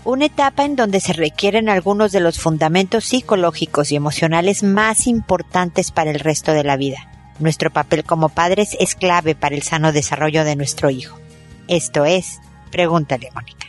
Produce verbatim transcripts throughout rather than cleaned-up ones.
una etapa en donde se requieren algunos de los fundamentos psicológicos y emocionales más importantes para el resto de la vida. Nuestro papel como padres es clave para el sano desarrollo de nuestro hijo. Esto es, Pregúntale a Mónica.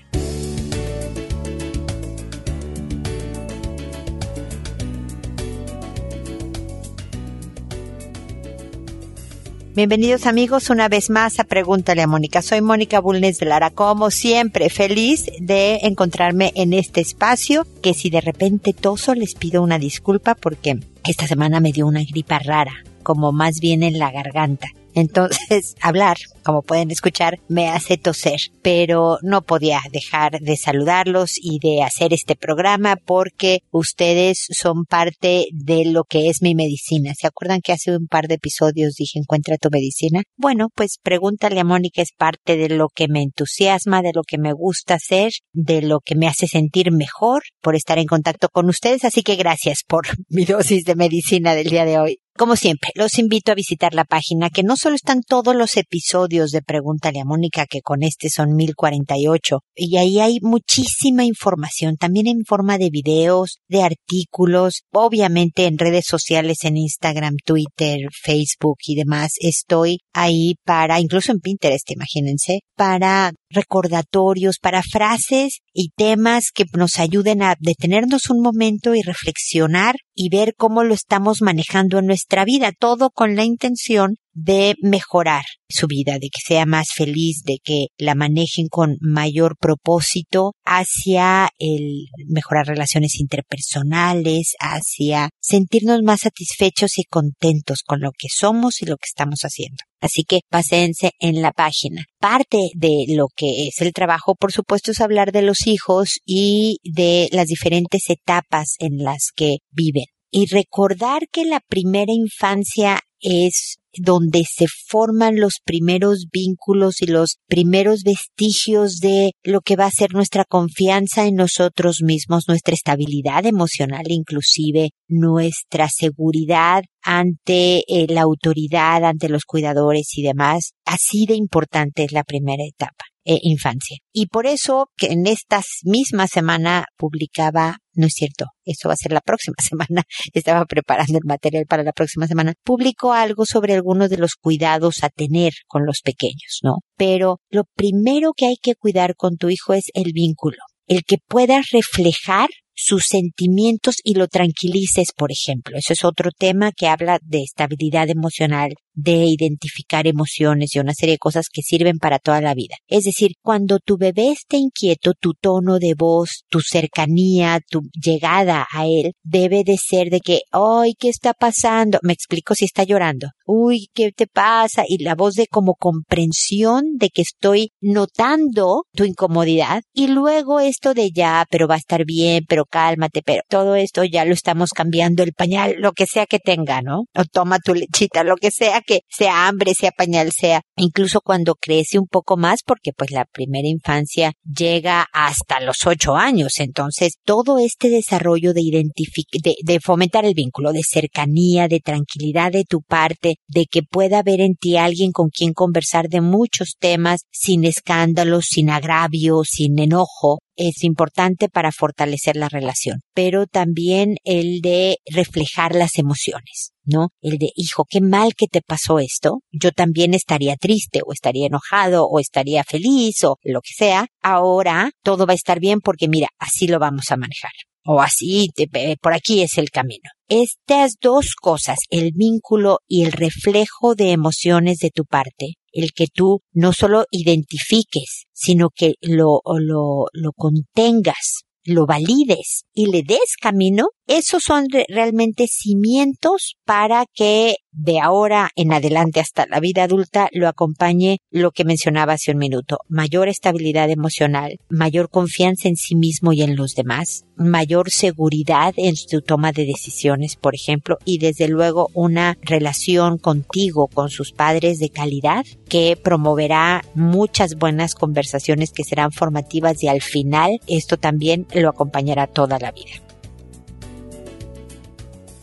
Bienvenidos amigos una vez más a Pregúntale a Mónica. Soy Mónica Bulnes de Lara, como siempre, feliz de encontrarme en este espacio, que si de repente toso les pido una disculpa porque esta semana me dio una gripa rara, como más bien en la garganta. Entonces, hablar, como pueden escuchar, me hace toser, pero no podía dejar de saludarlos y de hacer este programa porque ustedes son parte de lo que es mi medicina. ¿Se acuerdan que hace un par de episodios dije encuentra tu medicina? Bueno, pues Pregúntale a Mónica es parte de lo que me entusiasma, de lo que me gusta hacer, de lo que me hace sentir mejor por estar en contacto con ustedes, así que gracias por mi dosis de medicina del día de hoy. Como siempre, los invito a visitar la página, que no solo están todos los episodios de Pregúntale a Mónica, que con este son mil cuarenta y ocho, y ahí hay muchísima información, también en forma de videos, de artículos, obviamente en redes sociales, en Instagram, Twitter, Facebook y demás. Estoy ahí para, incluso en Pinterest, imagínense, para recordatorios, para frases y temas que nos ayuden a detenernos un momento y reflexionar y ver cómo lo estamos manejando en nuestra vida, todo con la intención de mejorar su vida, de que sea más feliz, de que la manejen con mayor propósito hacia el mejorar relaciones interpersonales, hacia sentirnos más satisfechos y contentos con lo que somos y lo que estamos haciendo. Así que pásense en la página. Parte de lo que es el trabajo, por supuesto, es hablar de los hijos y de las diferentes etapas en las que viven. Y recordar que la primera infancia es donde se forman los primeros vínculos y los primeros vestigios de lo que va a ser nuestra confianza en nosotros mismos, nuestra estabilidad emocional, inclusive nuestra seguridad ante eh, la autoridad, ante los cuidadores y demás. Así de importante es la primera etapa. Eh, infancia. Y por eso que en esta misma semana publicaba, no es cierto, eso va a ser la próxima semana, estaba preparando el material para la próxima semana, publicó algo sobre algunos de los cuidados a tener con los pequeños, ¿no? Pero lo primero que hay que cuidar con tu hijo es el vínculo, el que puedas reflejar sus sentimientos y lo tranquilices, por ejemplo. Eso es otro tema que habla de estabilidad emocional, de identificar emociones y una serie de cosas que sirven para toda la vida. Es decir, cuando tu bebé esté inquieto, tu tono de voz, tu cercanía, tu llegada a él debe de ser de que, ¡ay, qué está pasando! Me explico si está llorando. ¡Uy, qué te pasa! Y la voz de como comprensión de que estoy notando tu incomodidad. Y luego esto de ya, pero va a estar bien, pero cálmate, pero todo esto ya lo estamos cambiando, el pañal, lo que sea que tenga, ¿no? O toma tu lechita, lo que sea, que sea hambre, sea pañal, sea. Incluso cuando crece un poco más, porque pues la primera infancia llega hasta los ocho años, entonces todo este desarrollo de identific- de, de fomentar el vínculo, de cercanía, de tranquilidad de tu parte, de que pueda haber en ti alguien con quien conversar de muchos temas, sin escándalos, sin agravios, sin enojo, es importante para fortalecer la relación, pero también el de reflejar las emociones, ¿no? El de, hijo, qué mal que te pasó esto, yo también estaría triste o estaría enojado o estaría feliz o lo que sea, ahora todo va a estar bien porque mira, así lo vamos a manejar. O así, te, por aquí es el camino. Estas dos cosas, el vínculo y el reflejo de emociones de tu parte, el que tú no solo identifiques, sino que lo, lo, lo contengas, lo valides y le des camino, esos son re- realmente cimientos para que de ahora en adelante hasta la vida adulta lo acompañe lo que mencionaba hace un minuto, mayor estabilidad emocional, mayor confianza en sí mismo y en los demás, mayor seguridad en su toma de decisiones, por ejemplo, y desde luego una relación contigo, con sus padres de calidad que promoverá muchas buenas conversaciones que serán formativas y al final esto también lo acompañará toda la vida.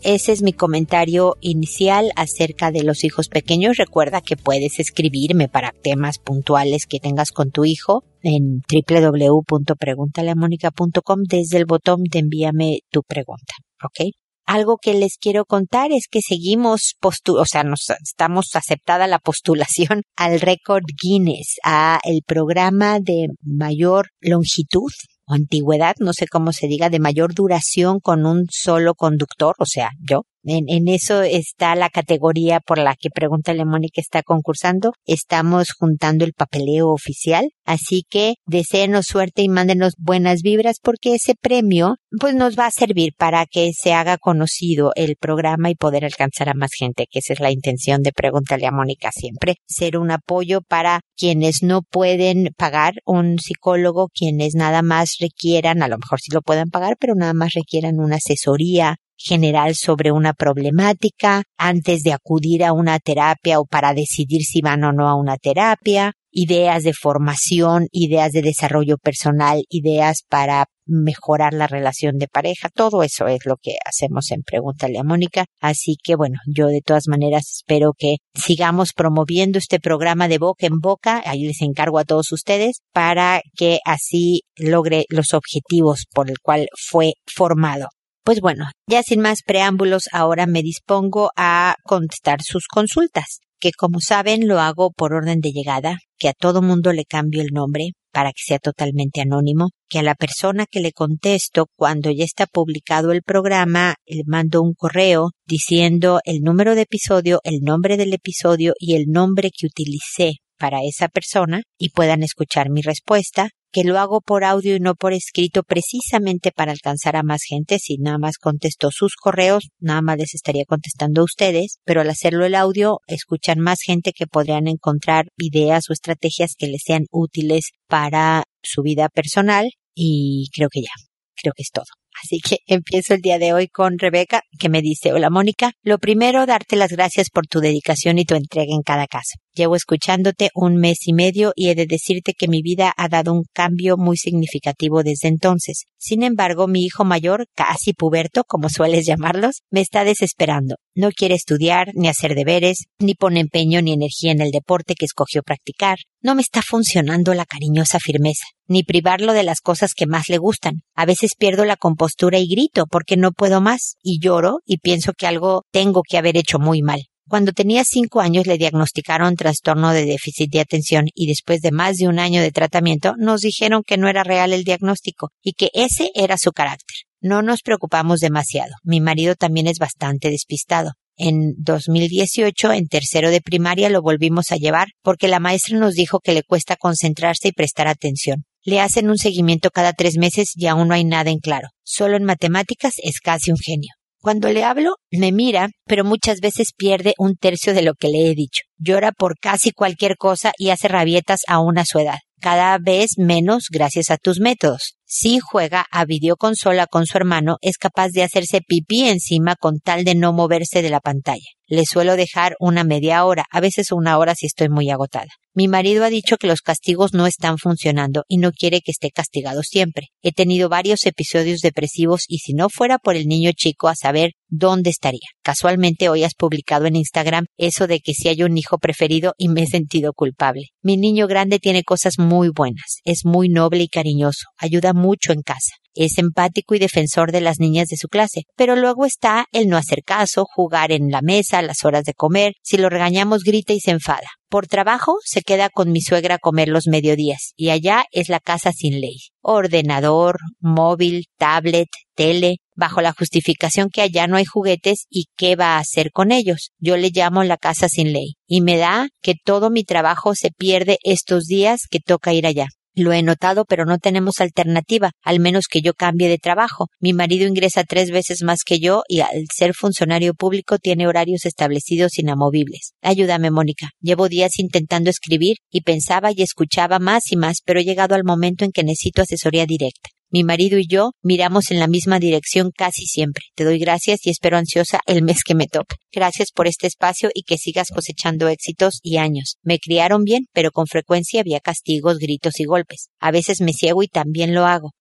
ese es mi comentario inicial acerca de los hijos pequeños. Recuerda que puedes escribirme para temas puntuales que tengas con tu hijo en doble u doble u doble u punto preguntale a mónica punto com desde el botón de envíame tu pregunta, ¿ok? Algo que les quiero contar es que seguimos, postu- o sea, nos estamos aceptada la postulación al récord Guinness, a el programa de mayor longitud o antigüedad, no sé cómo se diga, de mayor duración con un solo conductor, o sea, yo. En, en eso está la categoría por la que Pregúntale a Mónica está concursando. Estamos juntando el papeleo oficial, así que deséenos suerte y mándenos buenas vibras porque ese premio pues nos va a servir para que se haga conocido el programa y poder alcanzar a más gente, que esa es la intención de Pregúntale a Mónica siempre, ser un apoyo para quienes no pueden pagar un psicólogo, quienes nada más requieran, a lo mejor sí lo puedan pagar, pero nada más requieran una asesoría general sobre una problemática antes de acudir a una terapia o para decidir si van o no a una terapia, ideas de formación, ideas de desarrollo personal, ideas para mejorar la relación de pareja, todo eso es lo que hacemos en Pregúntale a Mónica, así que bueno, yo de todas maneras espero que sigamos promoviendo este programa de boca en boca, ahí les encargo a todos ustedes para que así logre los objetivos por el cual fue formado. Pues bueno, ya sin más preámbulos, ahora me dispongo a contestar sus consultas, que como saben lo hago por orden de llegada, que a todo mundo le cambio el nombre para que sea totalmente anónimo, que a la persona que le contesto cuando ya está publicado el programa le mando un correo diciendo el número de episodio, el nombre del episodio y el nombre que utilicé para esa persona y puedan escuchar mi respuesta, que lo hago por audio y no por escrito precisamente para alcanzar a más gente. Si nada más contesto sus correos, nada más les estaría contestando a ustedes, pero al hacerlo el audio, escuchan más gente que podrían encontrar ideas o estrategias que les sean útiles para su vida personal y creo que ya, creo que es todo. Así que empiezo el día de hoy con Rebeca, que me dice, hola Mónica, lo primero, darte las gracias por tu dedicación y tu entrega en cada caso. Llevo escuchándote un mes y medio y he de decirte que mi vida ha dado un cambio muy significativo desde entonces. Sin embargo, mi hijo mayor, casi puberto, como sueles llamarlos, me está desesperando. No quiere estudiar, ni hacer deberes, ni pone empeño ni energía en el deporte que escogió practicar. No me está funcionando la cariñosa firmeza, ni privarlo de las cosas que más le gustan. A veces pierdo la compostura y grito porque no puedo más, y lloro y pienso que algo tengo que haber hecho muy mal. Cuando tenía cinco años le diagnosticaron trastorno de déficit de atención y después de más de un año de tratamiento nos dijeron que no era real el diagnóstico y que ese era su carácter. No nos preocupamos demasiado. Mi marido también es bastante despistado. En dos mil dieciocho, en tercero de primaria, lo volvimos a llevar porque la maestra nos dijo que le cuesta concentrarse y prestar atención. Le hacen un seguimiento cada tres meses y aún no hay nada en claro. Solo en matemáticas es casi un genio. Cuando le hablo, me mira, pero muchas veces pierde un tercio de lo que le he dicho. Llora por casi cualquier cosa y hace rabietas aún a su edad. Cada vez menos gracias a tus métodos. Si juega a videoconsola con su hermano, es capaz de hacerse pipí encima con tal de no moverse de la pantalla. Le suelo dejar una media hora, a veces una hora si estoy muy agotada. Mi marido ha dicho que los castigos no están funcionando y no quiere que esté castigado siempre. He tenido varios episodios depresivos y si no fuera por el niño chico a saber dónde estaría. Casualmente hoy has publicado en Instagram eso de que si hay un hijo preferido y me he sentido culpable. Mi niño grande tiene cosas muy buenas, es muy noble y cariñoso, ayuda mucho en casa. Es empático y defensor de las niñas de su clase, pero luego está el no hacer caso, jugar en la mesa a las horas de comer, si lo regañamos grita y se enfada. Por trabajo se queda con mi suegra a comer los mediodías y allá es la casa sin ley. Ordenador, móvil, tablet, tele, bajo la justificación que allá no hay juguetes y qué va a hacer con ellos. Yo le llamo la casa sin ley y me da que todo mi trabajo se pierde estos días que toca ir allá. Lo he notado, pero no tenemos alternativa, al menos que yo cambie de trabajo. Mi marido ingresa tres veces más que yo y al ser funcionario público tiene horarios establecidos inamovibles. Ayúdame, Mónica. Llevo días intentando escribir y pensaba y escuchaba más y más, pero he llegado al momento en que necesito asesoría directa. Mi marido y yo miramos en la misma dirección casi siempre. Te doy gracias y espero ansiosa el mes que me toca. Gracias por este espacio y que sigas cosechando éxitos y años. Me criaron bien, pero con frecuencia había castigos, gritos y golpes. A veces me ciego y también lo hago.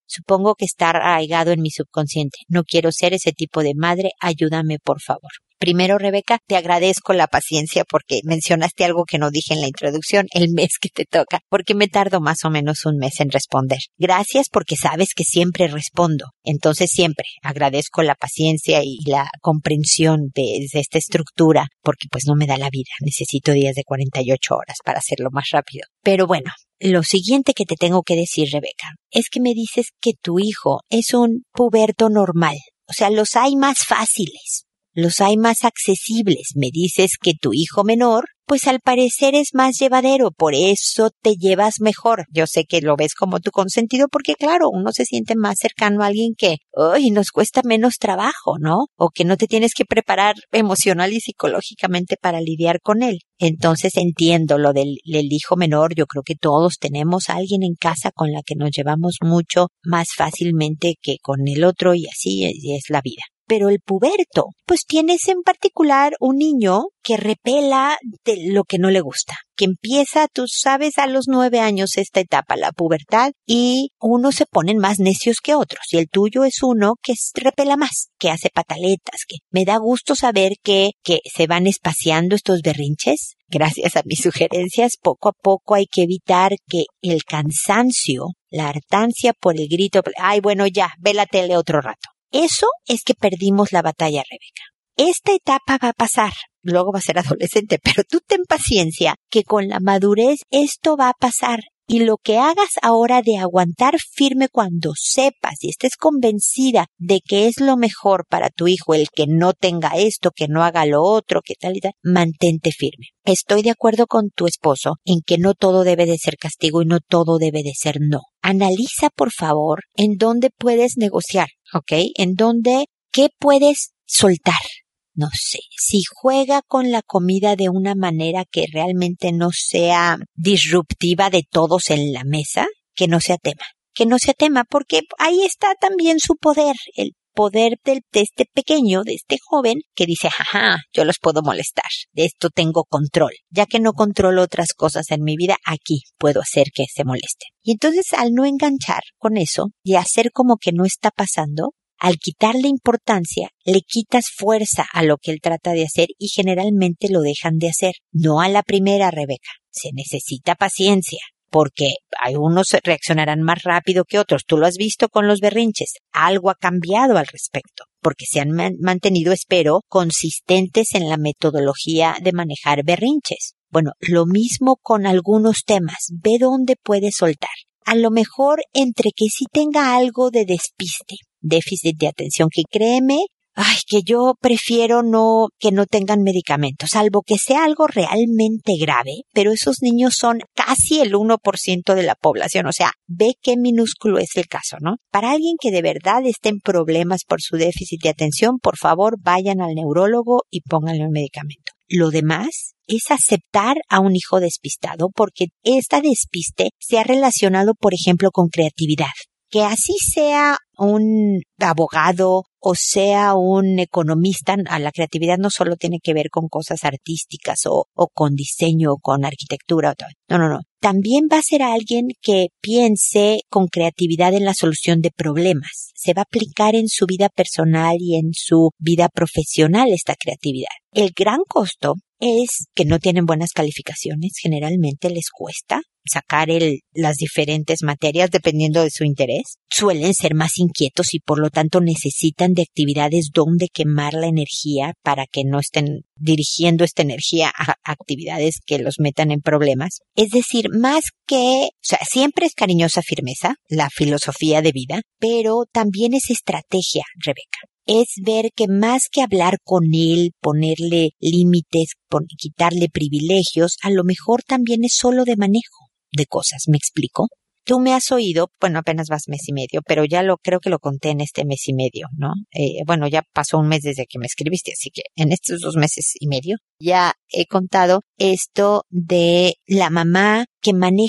Supongo que está arraigado en mi subconsciente. No quiero ser ese tipo de madre. Ayúdame, por favor. Primero, Rebeca, te agradezco la paciencia porque mencionaste algo que no dije en la introducción, el mes que te toca, porque me tardo más o menos un mes en responder. Gracias porque sabes que siempre respondo. Entonces siempre agradezco la paciencia y la comprensión de, de esta estructura, porque pues no me da la vida. Necesito días de cuarenta y ocho horas para hacerlo más rápido. Pero bueno, lo siguiente que te tengo que decir, Rebeca, es que me dices que tu hijo es un puberto normal. O sea, los hay más fáciles. Los hay más accesibles. Me dices que tu hijo menor, pues al parecer es más llevadero, por eso te llevas mejor. Yo sé que lo ves como tu consentido porque, claro, uno se siente más cercano a alguien que, uy, nos cuesta menos trabajo, ¿no? O que no te tienes que preparar emocional y psicológicamente para lidiar con él. Entonces entiendo lo del, del hijo menor. Yo creo que todos tenemos a alguien en casa con la que nos llevamos mucho más fácilmente que con el otro y así es, es la vida. Pero el puberto, pues tienes en particular un niño que repela de lo que no le gusta, que empieza, tú sabes, a los nueve años esta etapa, la pubertad, y unos se ponen más necios que otros, y el tuyo es uno que repela más, que hace pataletas, que me da gusto saber que, que se van espaciando estos berrinches. Gracias a mis sugerencias, poco a poco hay que evitar que el cansancio, la hartancia por el grito, ay, bueno, ya, ve la tele otro rato. Eso es que perdimos la batalla, Rebeca. Esta etapa va a pasar, luego va a ser adolescente, pero tú ten paciencia, que con la madurez esto va a pasar. Y lo que hagas ahora de aguantar firme cuando sepas y estés convencida de que es lo mejor para tu hijo, el que no tenga esto, que no haga lo otro, que tal y tal, mantente firme. Estoy de acuerdo con tu esposo en que no todo debe de ser castigo y no todo debe de ser no. Analiza, por favor, en dónde puedes negociar, ¿ok? En dónde, ¿qué puedes soltar? No sé, si juega con la comida de una manera que realmente no sea disruptiva de todos en la mesa, que no sea tema, que no sea tema, porque ahí está también su poder, el poder del, de este pequeño, de este joven, que dice, ajá, yo los puedo molestar, de esto tengo control, ya que no controlo otras cosas en mi vida, aquí puedo hacer que se moleste. Y entonces al no enganchar con eso y hacer como que no está pasando, al quitarle importancia, le quitas fuerza a lo que él trata de hacer y generalmente lo dejan de hacer. No a la primera, Rebeca. Se necesita paciencia, porque algunos reaccionarán más rápido que otros. Tú lo has visto con los berrinches. Algo ha cambiado al respecto, porque se han man- mantenido, espero, consistentes en la metodología de manejar berrinches. Bueno, lo mismo con algunos temas. Ve dónde puedes soltar. A lo mejor entre que sí tenga algo de despiste, déficit de atención, que créeme, ay, que yo prefiero no, que no tengan medicamentos, salvo que sea algo realmente grave, pero esos niños son casi el uno por ciento de la población, o sea, ve qué minúsculo es el caso, ¿no? Para alguien que de verdad esté en problemas por su déficit de atención, por favor, vayan al neurólogo y pónganle un medicamento. Lo demás es aceptar a un hijo despistado, porque esta despiste se ha relacionado, por ejemplo, con creatividad. Que así sea un abogado o sea un economista, a la creatividad no solo tiene que ver con cosas artísticas o, o con diseño o con arquitectura. O todo. No, no, no. También va a ser alguien que piense con creatividad en la solución de problemas. Se va a aplicar en su vida personal y en su vida profesional esta creatividad. El gran costo es que no tienen buenas calificaciones, generalmente les cuesta sacar el, las diferentes materias dependiendo de su interés. Suelen ser más inquietos y por lo tanto necesitan de actividades donde quemar la energía para que no estén dirigiendo esta energía a actividades que los metan en problemas. Es decir, más que, o sea, siempre es cariñosa firmeza, la filosofía de vida, pero también es estrategia, Rebeca. Es ver que más que hablar con él, ponerle límites, pon, quitarle privilegios, a lo mejor también es solo de manejo de cosas. ¿Me explico? Tú me has oído, bueno, apenas vas mes y medio, pero ya lo creo que lo conté en este mes y medio, ¿no? Eh, bueno, ya pasó un mes desde que me escribiste, así que en estos dos meses y medio ya he contado esto de la mamá que maneja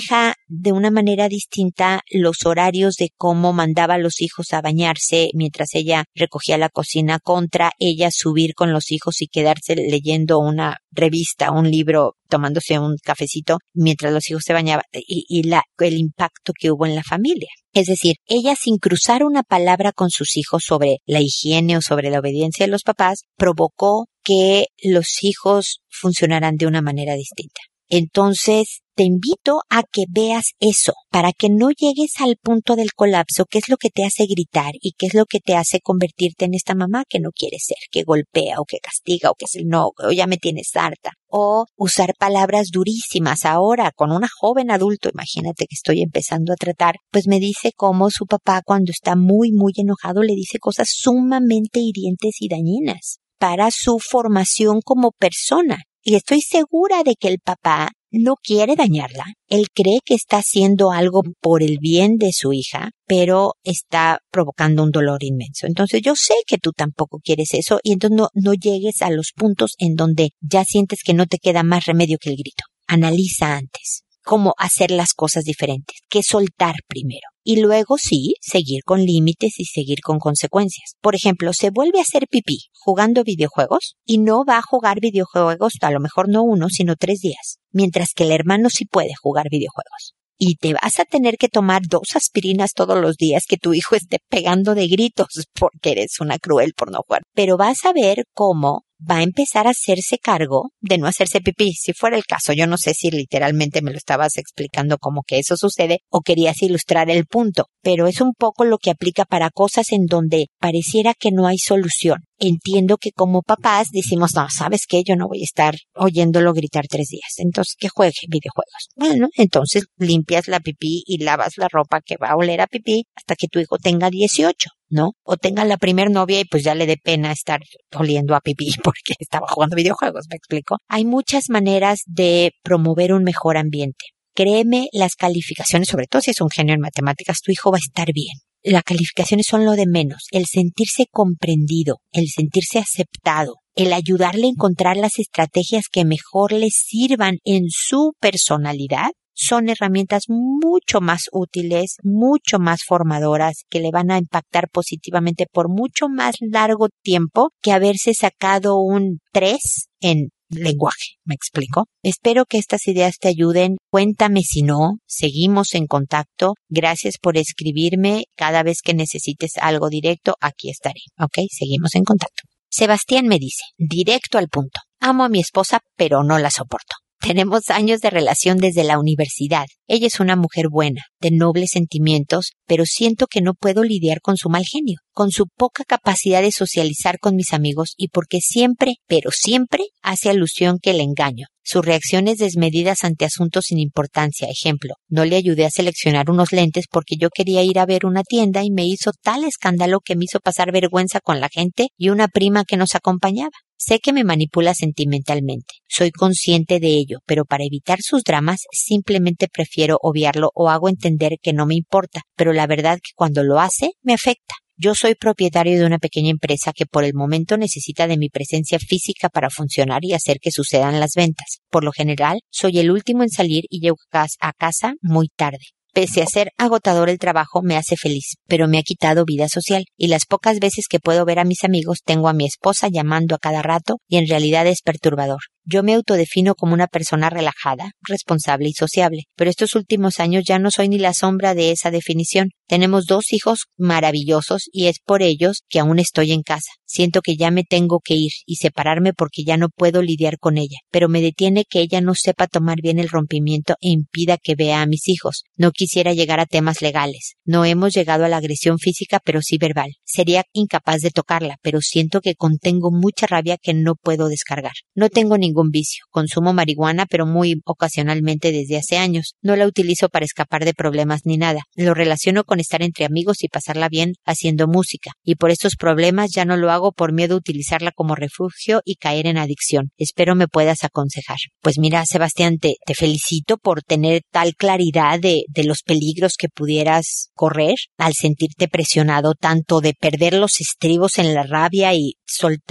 de una manera distinta los horarios de cómo mandaba a los hijos a bañarse mientras ella recogía la cocina contra ella subir con los hijos y quedarse leyendo una revista, un libro, tomándose un cafecito mientras los hijos se bañaban y, y la, el impacto que hubo en la familia. Es decir, ella sin cruzar una palabra con sus hijos sobre la higiene o sobre la obediencia de los papás, provocó que los hijos funcionaran de una manera distinta. Entonces, te invito a que veas eso para que no llegues al punto del colapso, que es lo que te hace gritar y que es lo que te hace convertirte en esta mamá que no quiere ser, que golpea o que castiga o que es el no, o ya me tienes harta. O usar palabras durísimas ahora con una joven adulto, imagínate que estoy empezando a tratar, pues me dice cómo su papá cuando está muy, muy enojado le dice cosas sumamente hirientes y dañinas para su formación como persona. Y estoy segura de que el papá no quiere dañarla. Él cree que está haciendo algo por el bien de su hija, pero está provocando un dolor inmenso. Entonces yo sé que tú tampoco quieres eso y entonces no, no llegues a los puntos en donde ya sientes que no te queda más remedio que el grito. Analiza antes cómo hacer las cosas diferentes, qué soltar primero. Y luego sí, seguir con límites y seguir con consecuencias. Por ejemplo, se vuelve a hacer pipí jugando videojuegos y no va a jugar videojuegos, a lo mejor no uno, sino tres días. Mientras que el hermano sí puede jugar videojuegos. Y te vas a tener que tomar dos aspirinas todos los días que tu hijo esté pegando de gritos porque eres una cruel por no jugar. Pero vas a ver cómo va a empezar a hacerse cargo de no hacerse pipí, si fuera el caso. Yo no sé si literalmente me lo estabas explicando como que eso sucede o querías ilustrar el punto, pero es un poco lo que aplica para cosas en donde pareciera que no hay solución. Entiendo que como papás decimos, no, ¿sabes qué? Yo no voy a estar oyéndolo gritar tres días. Entonces, que juegue videojuegos. Bueno, entonces limpias la pipí y lavas la ropa que va a oler a pipí hasta que tu hijo tenga dieciocho, ¿no? O tenga la primer novia y pues ya le dé pena estar oliendo a pipí porque estaba jugando videojuegos, ¿me explico? Hay muchas maneras de promover un mejor ambiente. Créeme, las calificaciones, sobre todo si es un genio en matemáticas, tu hijo va a estar bien. Las calificaciones son lo de menos. El sentirse comprendido, el sentirse aceptado, el ayudarle a encontrar las estrategias que mejor le sirvan en su personalidad, son herramientas mucho más útiles, mucho más formadoras, que le van a impactar positivamente por mucho más largo tiempo que haberse sacado un tres en lenguaje. ¿Me explico? Espero que estas ideas te ayuden. Cuéntame si no. Seguimos en contacto. Gracias por escribirme. Cada vez que necesites algo directo, aquí estaré. ¿Ok? Seguimos en contacto. Sebastián me dice, directo al punto. Amo a mi esposa, pero no la soporto. Tenemos años de relación desde la universidad. Ella es una mujer buena, de nobles sentimientos, pero siento que no puedo lidiar con su mal genio, con su poca capacidad de socializar con mis amigos y porque siempre, pero siempre, hace alusión que le engaño. Sus reacciones desmedidas ante asuntos sin importancia. Ejemplo, no le ayudé a seleccionar unos lentes porque yo quería ir a ver una tienda y me hizo tal escándalo que me hizo pasar vergüenza con la gente y una prima que nos acompañaba. Sé que me manipula sentimentalmente. Soy consciente de ello, pero para evitar sus dramas simplemente prefiero obviarlo o hago entender que no me importa, pero la verdad que cuando lo hace me afecta. Yo soy propietario de una pequeña empresa que por el momento necesita de mi presencia física para funcionar y hacer que sucedan las ventas. Por lo general, soy el último en salir y llego a casa muy tarde. Pese a ser agotador el trabajo, me hace feliz, pero me ha quitado vida social. Y las pocas veces que puedo ver a mis amigos, tengo a mi esposa llamando a cada rato y en realidad es perturbador. Yo me autodefino como una persona relajada, responsable y sociable, pero estos últimos años ya no soy ni la sombra de esa definición. Tenemos dos hijos maravillosos y es por ellos que aún estoy en casa. Siento que ya me tengo que ir y separarme porque ya no puedo lidiar con ella, pero me detiene que ella no sepa tomar bien el rompimiento e impida que vea a mis hijos. No quisiera llegar a temas legales. No hemos llegado a la agresión física, pero sí verbal. Sería incapaz de tocarla, pero siento que contengo mucha rabia que no puedo descargar. No tengo ningún vicio. Consumo marihuana, pero muy ocasionalmente desde hace años. No la utilizo para escapar de problemas ni nada. Lo relaciono con estar entre amigos y pasarla bien haciendo música. Y por estos problemas ya no lo hago por miedo a utilizarla como refugio y caer en adicción. Espero me puedas aconsejar. Pues mira, Sebastián, te, te felicito por tener tal claridad de, de los peligros que pudieras correr al sentirte presionado tanto de perder los estribos en la rabia y soltar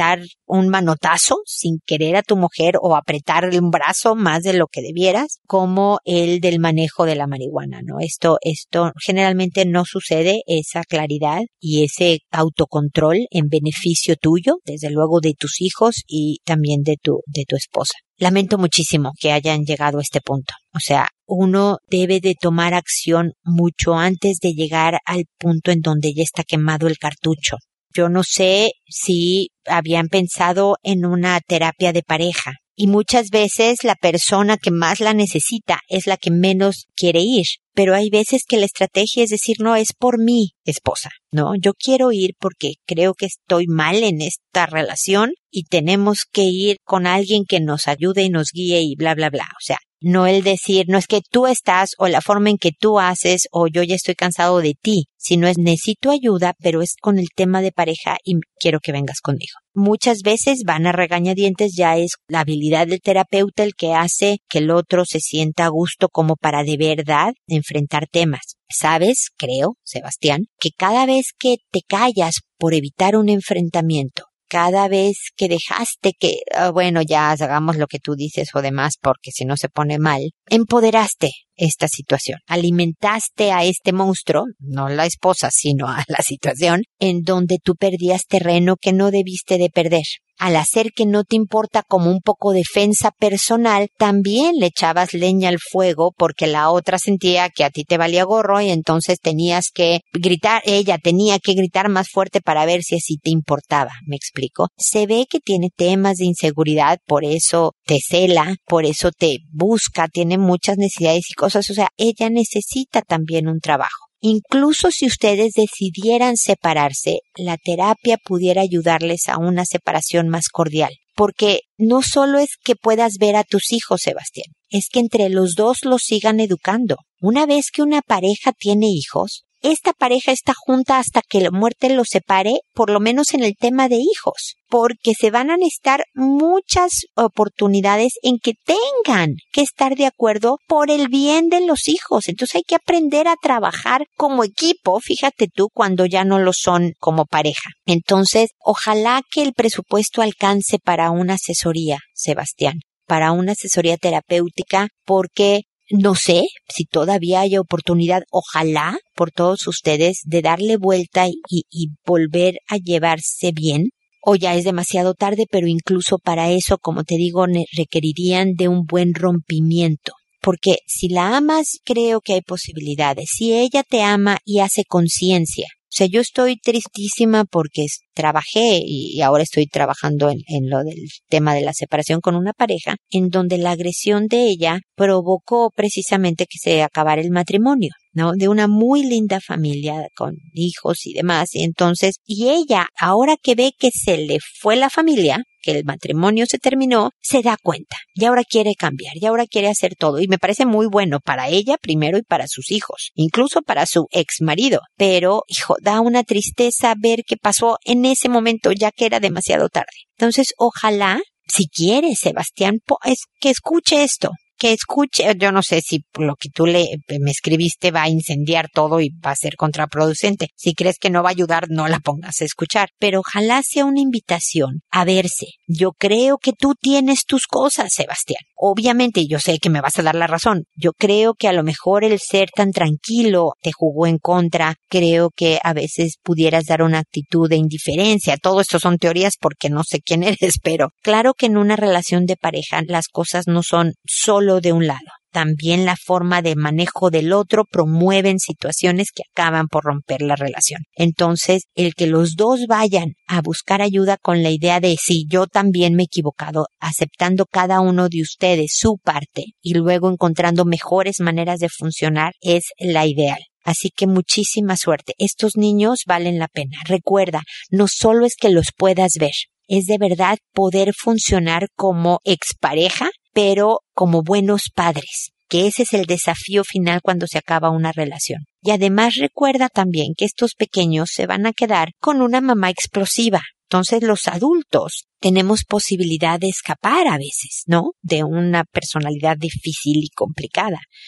un manotazo sin querer a tu mujer o apretarle un brazo más de lo que debieras, como el del manejo de la marihuana, ¿no? Esto, esto generalmente no sucede, esa claridad y ese autocontrol en beneficio tuyo, desde luego de tus hijos y también de tu, de tu esposa. Lamento muchísimo que hayan llegado a este punto. O sea, uno debe de tomar acción mucho antes de llegar al punto en donde ya está quemado el cartucho. Yo no sé si habían pensado en una terapia de pareja. Y muchas veces la persona que más la necesita es la que menos quiere ir. Pero hay veces que la estrategia es decir, no, es por mi esposa, ¿no? Yo quiero ir porque creo que estoy mal en esta relación y tenemos que ir con alguien que nos ayude y nos guíe y bla, bla, bla. O sea, no el decir, no es que tú estás o la forma en que tú haces o yo ya estoy cansado de ti, sino es necesito ayuda, pero es con el tema de pareja y quiero que vengas conmigo. Muchas veces van a regañadientes, ya es la habilidad del terapeuta el que hace que el otro se sienta a gusto como para de verdad enfrentar temas. Sabes, creo, Sebastián, que cada vez que te callas por evitar un enfrentamiento, cada vez que dejaste que, oh, bueno, ya hagamos lo que tú dices o demás porque si no se pone mal, empoderaste esta situación, alimentaste a este monstruo, no la esposa, sino a la situación en donde tú perdías terreno que no debiste de perder. Al hacer que no te importa como un poco defensa personal, también le echabas leña al fuego porque la otra sentía que a ti te valía gorro y entonces tenías que gritar, ella tenía que gritar más fuerte para ver si así te importaba, ¿me explico? Se ve que tiene temas de inseguridad, por eso te cela, por eso te busca, tiene muchas necesidades y cosas, o sea, ella necesita también un trabajo. Incluso si ustedes decidieran separarse, la terapia pudiera ayudarles a una separación más cordial. Porque no solo es que puedas ver a tus hijos, Sebastián, es que entre los dos los sigan educando. Una vez que una pareja tiene hijos, esta pareja está junta hasta que la muerte los separe, por lo menos en el tema de hijos, porque se van a necesitar muchas oportunidades en que tengan que estar de acuerdo por el bien de los hijos. Entonces hay que aprender a trabajar como equipo, fíjate tú, cuando ya no lo son como pareja. Entonces, ojalá que el presupuesto alcance para una asesoría, Sebastián, para una asesoría terapéutica, porque no sé si todavía hay oportunidad, ojalá por todos ustedes, de darle vuelta y, y volver a llevarse bien. O ya es demasiado tarde, pero incluso para eso, como te digo, requerirían de un buen rompimiento. Porque si la amas, creo que hay posibilidades. Si ella te ama y hace conciencia. O sea, yo estoy tristísima porque trabajé y ahora estoy trabajando en, en lo del tema de la separación con una pareja, en donde la agresión de ella provocó precisamente que se acabara el matrimonio, ¿no? De una muy linda familia con hijos y demás. Y entonces, y ella, ahora que ve que se le fue la familia, que el matrimonio se terminó, se da cuenta y ahora quiere cambiar y ahora quiere hacer todo y me parece muy bueno para ella primero y para sus hijos, incluso para su ex marido, pero hijo, da una tristeza ver qué pasó en ese momento ya que era demasiado tarde. Entonces ojalá, si quiere Sebastián, es que escuche esto, que escuche, yo no sé si lo que tú le me escribiste va a incendiar todo y va a ser contraproducente. Si crees que no va a ayudar, no la pongas a escuchar. Pero ojalá sea una invitación a verse. Yo creo que tú tienes tus cosas, Sebastián. Obviamente, yo sé que me vas a dar la razón. Yo creo que a lo mejor el ser tan tranquilo te jugó en contra. Creo que a veces pudieras dar una actitud de indiferencia. Todo esto son teorías porque no sé quién eres, pero claro que en una relación de pareja las cosas no son solo de un lado. También la forma de manejo del otro promueven situaciones que acaban por romper la relación. Entonces, el que los dos vayan a buscar ayuda con la idea de si yo también me he equivocado, aceptando cada uno de ustedes su parte y luego encontrando mejores maneras de funcionar es la ideal. Así que muchísima suerte. Estos niños valen la pena. Recuerda, no solo es que los puedas ver, es de verdad poder funcionar como expareja, pero como buenos padres, que ese es el desafío final cuando se acaba una relación. Y además recuerda también que estos pequeños se van a quedar con una mamá explosiva. Entonces los adultos tenemos posibilidad de escapar a veces, ¿no? De una personalidad difícil y complicada.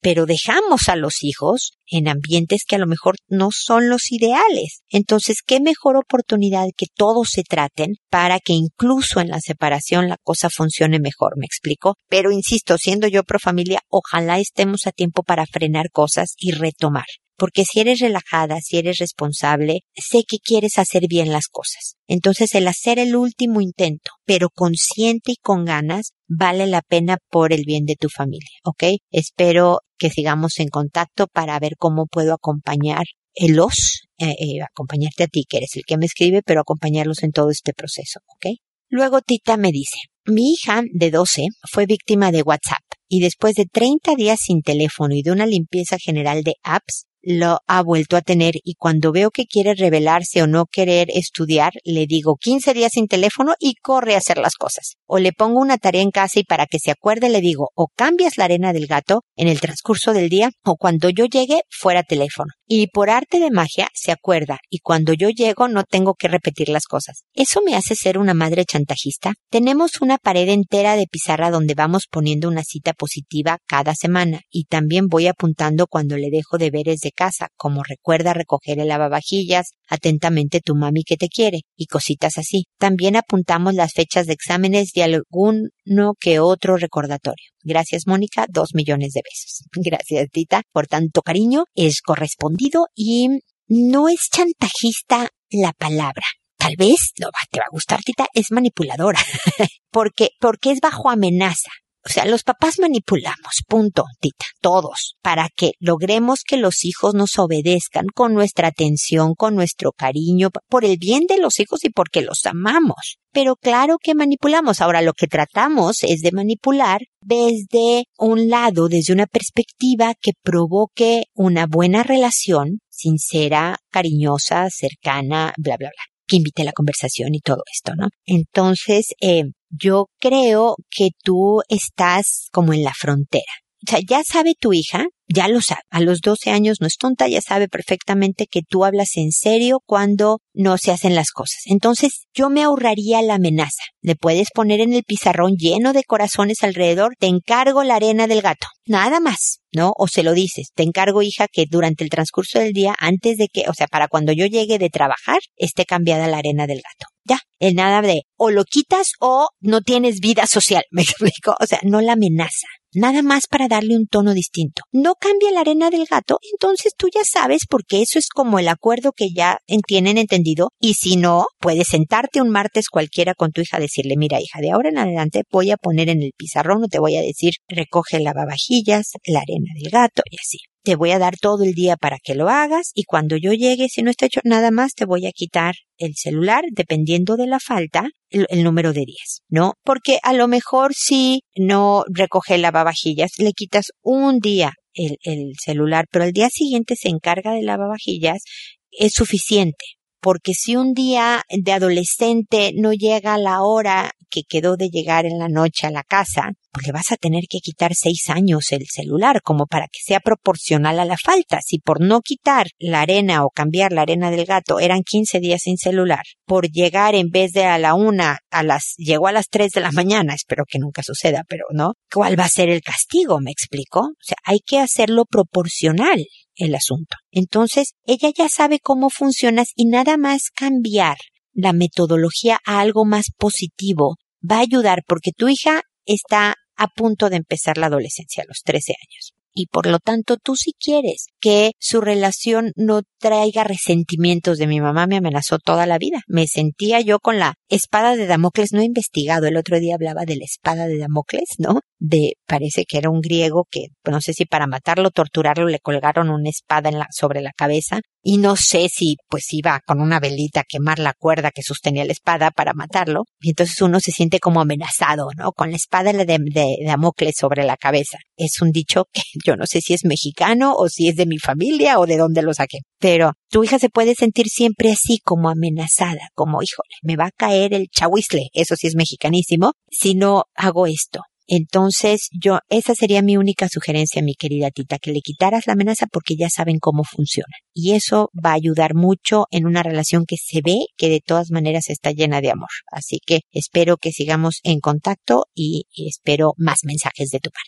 pero dejamos a los hijos en ambientes que a lo mejor no son los ideales. Entonces, qué mejor oportunidad que todos se traten para que incluso en la separación la cosa funcione mejor, ¿me explico? Pero insisto, siendo yo pro familia, ojalá estemos a tiempo para frenar cosas y retomar. Porque si eres relajada, si eres responsable, sé que quieres hacer bien las cosas. Entonces, el hacer el último intento, pero consciente y con ganas, vale la pena por el bien de tu familia, ¿ok? Espero que sigamos en contacto para ver cómo puedo acompañar los, eh, eh, acompañarte a ti, que eres el que me escribe, pero acompañarlos en todo este proceso, ¿ok? Luego Tita me dice, mi hija de doce fue víctima de WhatsApp y después de treinta días sin teléfono y de una limpieza general de apps, lo ha vuelto a tener y cuando veo que quiere rebelarse o no querer estudiar, le digo quince días sin teléfono y corre a hacer las cosas. O le pongo una tarea en casa y para que se acuerde le digo o cambias la arena del gato en el transcurso del día o cuando yo llegue fuera teléfono. Y por arte de magia se acuerda y cuando yo llego no tengo que repetir las cosas. ¿Eso me hace ser una madre chantajista? Tenemos una pared entera de pizarra donde vamos poniendo una cita positiva cada semana y también voy apuntando cuando le dejo deberes de casa, como recuerda recoger el lavavajillas, atentamente tu mami que te quiere, y cositas así. También apuntamos las fechas de exámenes y alguno que otro recordatorio. Gracias, Mónica, dos millones de besos. Gracias, Tita, por tanto cariño. Es correspondido y no es chantajista la palabra. Tal vez, no te va a gustar, Tita, es manipuladora. porque, porque es bajo amenaza. O sea, los papás manipulamos, punto, Tita, todos, para que logremos que los hijos nos obedezcan con nuestra atención, con nuestro cariño, por el bien de los hijos y porque los amamos. Pero claro que manipulamos. Ahora, lo que tratamos es de manipular desde un lado, desde una perspectiva que provoque una buena relación, sincera, cariñosa, cercana, bla, bla, bla, que invite a la conversación y todo esto, ¿no? Entonces, eh, yo creo que tú estás como en la frontera. O sea, ya sabe tu hija, ya lo sabe. A los doce años no es tonta, ya sabe perfectamente que tú hablas en serio cuando no se hacen las cosas. Entonces, yo me ahorraría la amenaza. Le puedes poner en el pizarrón lleno de corazones alrededor, te encargo la arena del gato. Nada más, ¿no? O se lo dices, te encargo, hija, que durante el transcurso del día, antes de que, o sea, para cuando yo llegue de trabajar, esté cambiada la arena del gato. Ya, el nada de o lo quitas o no tienes vida social, ¿me explico? O sea, no la amenaza. Nada más para darle un tono distinto. No cambia la arena del gato, entonces tú ya sabes porque eso es como el acuerdo que ya tienen entendido. Y si no, puedes sentarte un martes cualquiera con tu hija, decirle, mira hija, de ahora en adelante voy a poner en el pizarrón, no te voy a decir recoge el lavavajillas, la arena del gato y así. Te voy a dar todo el día para que lo hagas y cuando yo llegue, si no está hecho nada más, te voy a quitar el celular, dependiendo de la falta, el, el número de días, ¿no? Porque a lo mejor si no recoge el lavavajillas, le quitas un día el, el celular, pero al día siguiente se encarga de lavavajillas, es suficiente. Porque si un día de adolescente no llega a la hora que quedó de llegar en la noche a la casa, pues le vas a tener que quitar seis años el celular, como para que sea proporcional a la falta. Si por no quitar la arena o cambiar la arena del gato eran quince días sin celular, por llegar en vez de a la una, a las, llegó a las tres de la mañana, espero que nunca suceda, pero no, ¿cuál va a ser el castigo? ¿Me explico? O sea, hay que hacerlo proporcional el asunto. Entonces, ella ya sabe cómo funcionas y nada más cambiar la metodología a algo más positivo va a ayudar porque tu hija está a punto de empezar la adolescencia a los trece años. Y por lo tanto, tú sí quieres que su relación no traiga resentimientos de mi mamá me amenazó toda la vida. Me sentía yo con la espada de Damocles, no he investigado, el otro día hablaba de la espada de Damocles, ¿no? De, parece que era un griego que, no sé si para matarlo, torturarlo, le colgaron una espada en la, sobre la cabeza. Y no sé si pues iba con una velita a quemar la cuerda que sostenía la espada para matarlo. Y entonces uno se siente como amenazado, ¿no? Con la espada de, de Damocles sobre la cabeza. Es un dicho que yo no sé si es mexicano o si es de mi familia o de dónde lo saqué. Pero tu hija se puede sentir siempre así como amenazada, como, híjole, me va a caer el chahuizle, eso sí es mexicanísimo, si no hago esto. Entonces, yo, esa sería mi única sugerencia, mi querida Tita, que le quitaras la amenaza porque ya saben cómo funciona. Y eso va a ayudar mucho en una relación que se ve que de todas maneras está llena de amor. Así que espero que sigamos en contacto y, y espero más mensajes de tu parte.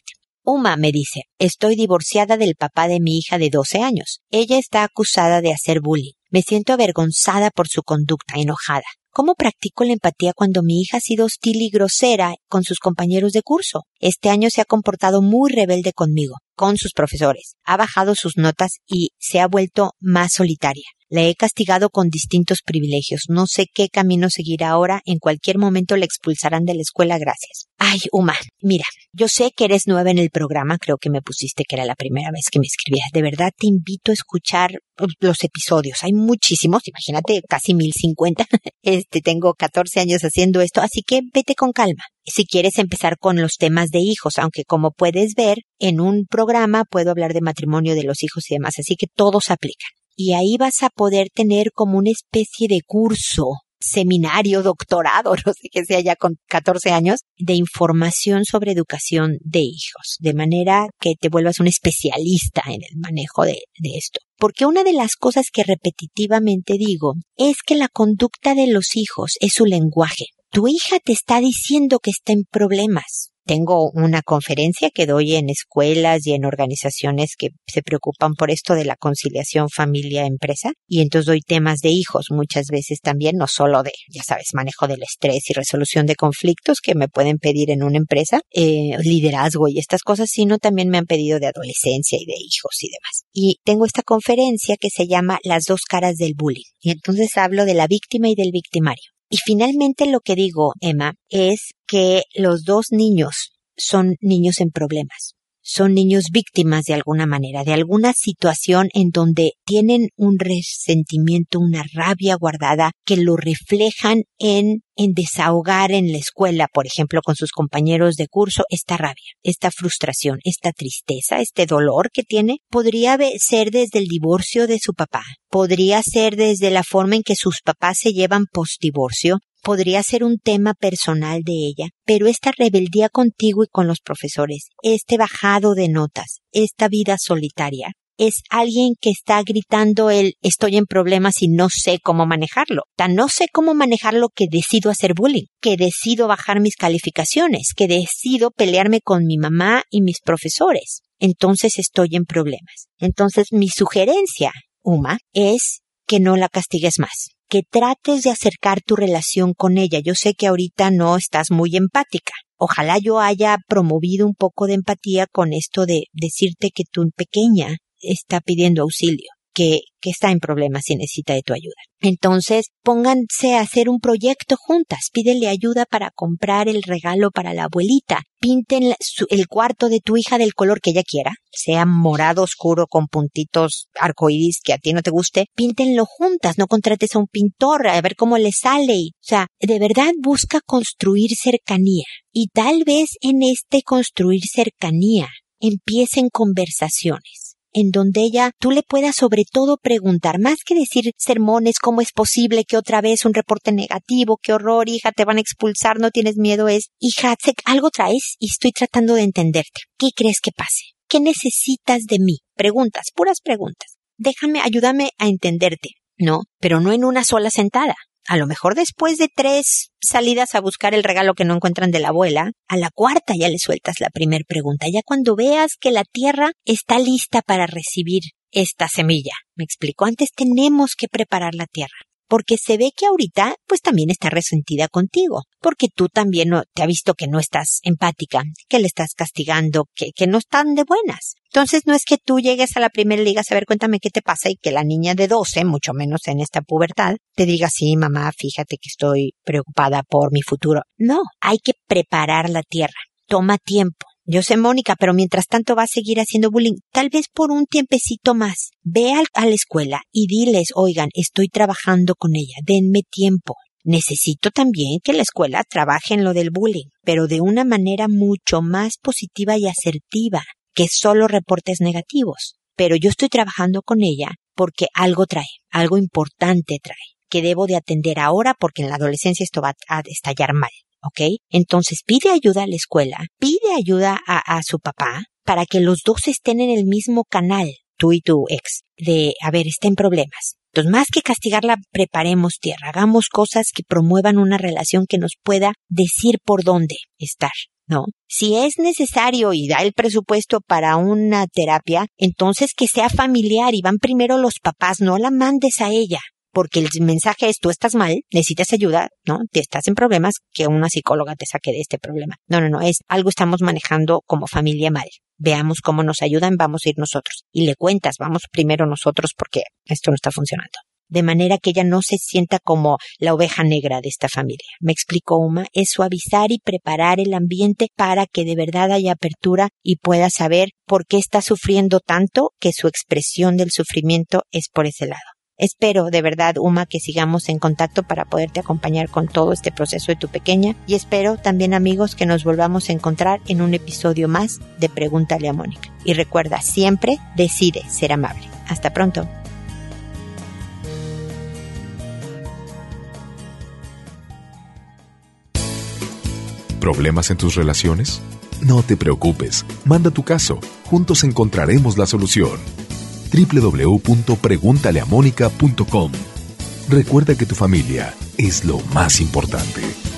Uma me dice, estoy divorciada del papá de mi hija de doce años. Ella está acusada de hacer bullying. Me siento avergonzada por su conducta, enojada. ¿Cómo practico la empatía cuando mi hija ha sido hostil y grosera con sus compañeros de curso? Este año se ha comportado muy rebelde conmigo, con sus profesores. Ha bajado sus notas y se ha vuelto más solitaria. La he castigado con distintos privilegios. No sé qué camino seguir ahora. En cualquier momento la expulsarán de la escuela. Gracias. Ay, Uma, mira, yo sé que eres nueva en el programa. Creo que me pusiste que era la primera vez que me escribías. De verdad te invito a escuchar los episodios. Hay muchísimos. Imagínate, casi mil cincuenta. Este, tengo catorce años haciendo esto. Así que vete con calma. Si quieres empezar con los temas de hijos, aunque como puedes ver, en un programa puedo hablar de matrimonio, de los hijos y demás. Así que todos aplican. Y ahí vas a poder tener como una especie de curso, seminario, doctorado, no sé qué sea ya con catorce años, de información sobre educación de hijos, de manera que te vuelvas un especialista en el manejo de, de esto. Porque una de las cosas que repetitivamente digo es que la conducta de los hijos es su lenguaje. Tu hija te está diciendo que está en problemas. Tengo una conferencia que doy en escuelas y en organizaciones que se preocupan por esto de la conciliación familia-empresa, y entonces doy temas de hijos muchas veces también, no solo de, ya sabes, manejo del estrés y resolución de conflictos que me pueden pedir en una empresa, eh, liderazgo y estas cosas, sino también me han pedido de adolescencia y de hijos y demás. Y tengo esta conferencia que se llama Las dos caras del bullying, y entonces hablo de la víctima y del victimario. Y finalmente lo que digo, Emma, es que los dos niños son niños en problemas. Son niños víctimas de alguna manera, de alguna situación en donde tienen un resentimiento, una rabia guardada que lo reflejan en, en desahogar en la escuela, por ejemplo, con sus compañeros de curso, esta rabia, esta frustración, esta tristeza, este dolor que tiene. Podría ser desde el divorcio de su papá, podría ser desde la forma en que sus papás se llevan postdivorcio, podría ser un tema personal de ella, pero esta rebeldía contigo y con los profesores, este bajado de notas, esta vida solitaria, es alguien que está gritando el estoy en problemas y no sé cómo manejarlo. Tan no sé cómo manejarlo que decido hacer bullying, que decido bajar mis calificaciones, que decido pelearme con mi mamá y mis profesores. Entonces estoy en problemas. Entonces mi sugerencia, Uma, es que no la castigues más. Que trates de acercar tu relación con ella. Yo sé que ahorita no estás muy empática. Ojalá yo haya promovido un poco de empatía con esto de decirte que tu pequeña está pidiendo auxilio, que, que está en problemas y necesita de tu ayuda. Entonces, pónganse a hacer un proyecto juntas. Pídele ayuda para comprar el regalo para la abuelita. Pinten el cuarto de tu hija del color que ella quiera, sea morado oscuro con puntitos arcoíris que a ti no te guste. Píntenlo juntas, no contrates a un pintor, a ver cómo le sale. Y, o sea, de verdad busca construir cercanía. Y tal vez en este construir cercanía empiecen conversaciones en donde ella, tú le puedas sobre todo preguntar, más que decir sermones, ¿cómo es posible que otra vez un reporte negativo? ¡Qué horror, hija, te van a expulsar, no tienes miedo! Es, hija, algo traes y estoy tratando de entenderte. ¿Qué crees que pase? ¿Qué necesitas de mí? Preguntas, puras preguntas. Déjame, ayúdame a entenderte, ¿no? Pero no en una sola sentada. A lo mejor después de tres salidas a buscar el regalo que no encuentran de la abuela, a la cuarta ya le sueltas la primer pregunta. Ya cuando veas que la tierra está lista para recibir esta semilla. ¿Me explico? Antes tenemos que preparar la tierra. Porque se ve que ahorita, pues también está resentida contigo. Porque tú también no, te ha visto que no estás empática, que le estás castigando, que, que no están de buenas. Entonces no es que tú llegues a la primera y digas, a ver, cuéntame qué te pasa, y que la niña de doce, mucho menos en esta pubertad, te diga, sí, mamá, fíjate que estoy preocupada por mi futuro. No, hay que preparar la tierra. Toma tiempo. Yo sé, Mónica, pero mientras tanto va a seguir haciendo bullying. Tal vez por un tiempecito más. Ve al, a la escuela y diles, oigan, estoy trabajando con ella, denme tiempo. Necesito también que la escuela trabaje en lo del bullying, pero de una manera mucho más positiva y asertiva que solo reportes negativos. Pero yo estoy trabajando con ella porque algo trae, algo importante trae, que debo de atender ahora porque en la adolescencia esto va a estallar mal. ¿Ok? Entonces pide ayuda a la escuela, pide ayuda a, a su papá para que los dos estén en el mismo canal, tú y tu ex, de, a ver, está en problemas. Entonces, más que castigarla, preparemos tierra, hagamos cosas que promuevan una relación que nos pueda decir por dónde estar. ¿no? Si es necesario y da el presupuesto para una terapia, entonces que sea familiar y van primero los papás, no la mandes a ella. Porque el mensaje es, tú estás mal, necesitas ayuda, ¿no? Te estás en problemas, que una psicóloga te saque de este problema. No, no, no, es algo estamos manejando como familia mal. Veamos cómo nos ayudan, vamos a ir nosotros. Y le cuentas, vamos primero nosotros porque esto no está funcionando. De manera que ella no se sienta como la oveja negra de esta familia. ¿Me explico, Uma? Es suavizar y preparar el ambiente para que de verdad haya apertura y pueda saber por qué está sufriendo tanto, que su expresión del sufrimiento es por ese lado. Espero de verdad, Uma, que sigamos en contacto para poderte acompañar con todo este proceso de tu pequeña y espero también, amigos, que nos volvamos a encontrar en un episodio más de Pregúntale a Mónica. Y recuerda, siempre decide ser amable. Hasta pronto. ¿Problemas en tus relaciones? No te preocupes, manda tu caso, juntos encontraremos la solución. doble u doble u doble u punto pregúntale a mónica punto com. Recuerda que tu familia es lo más importante.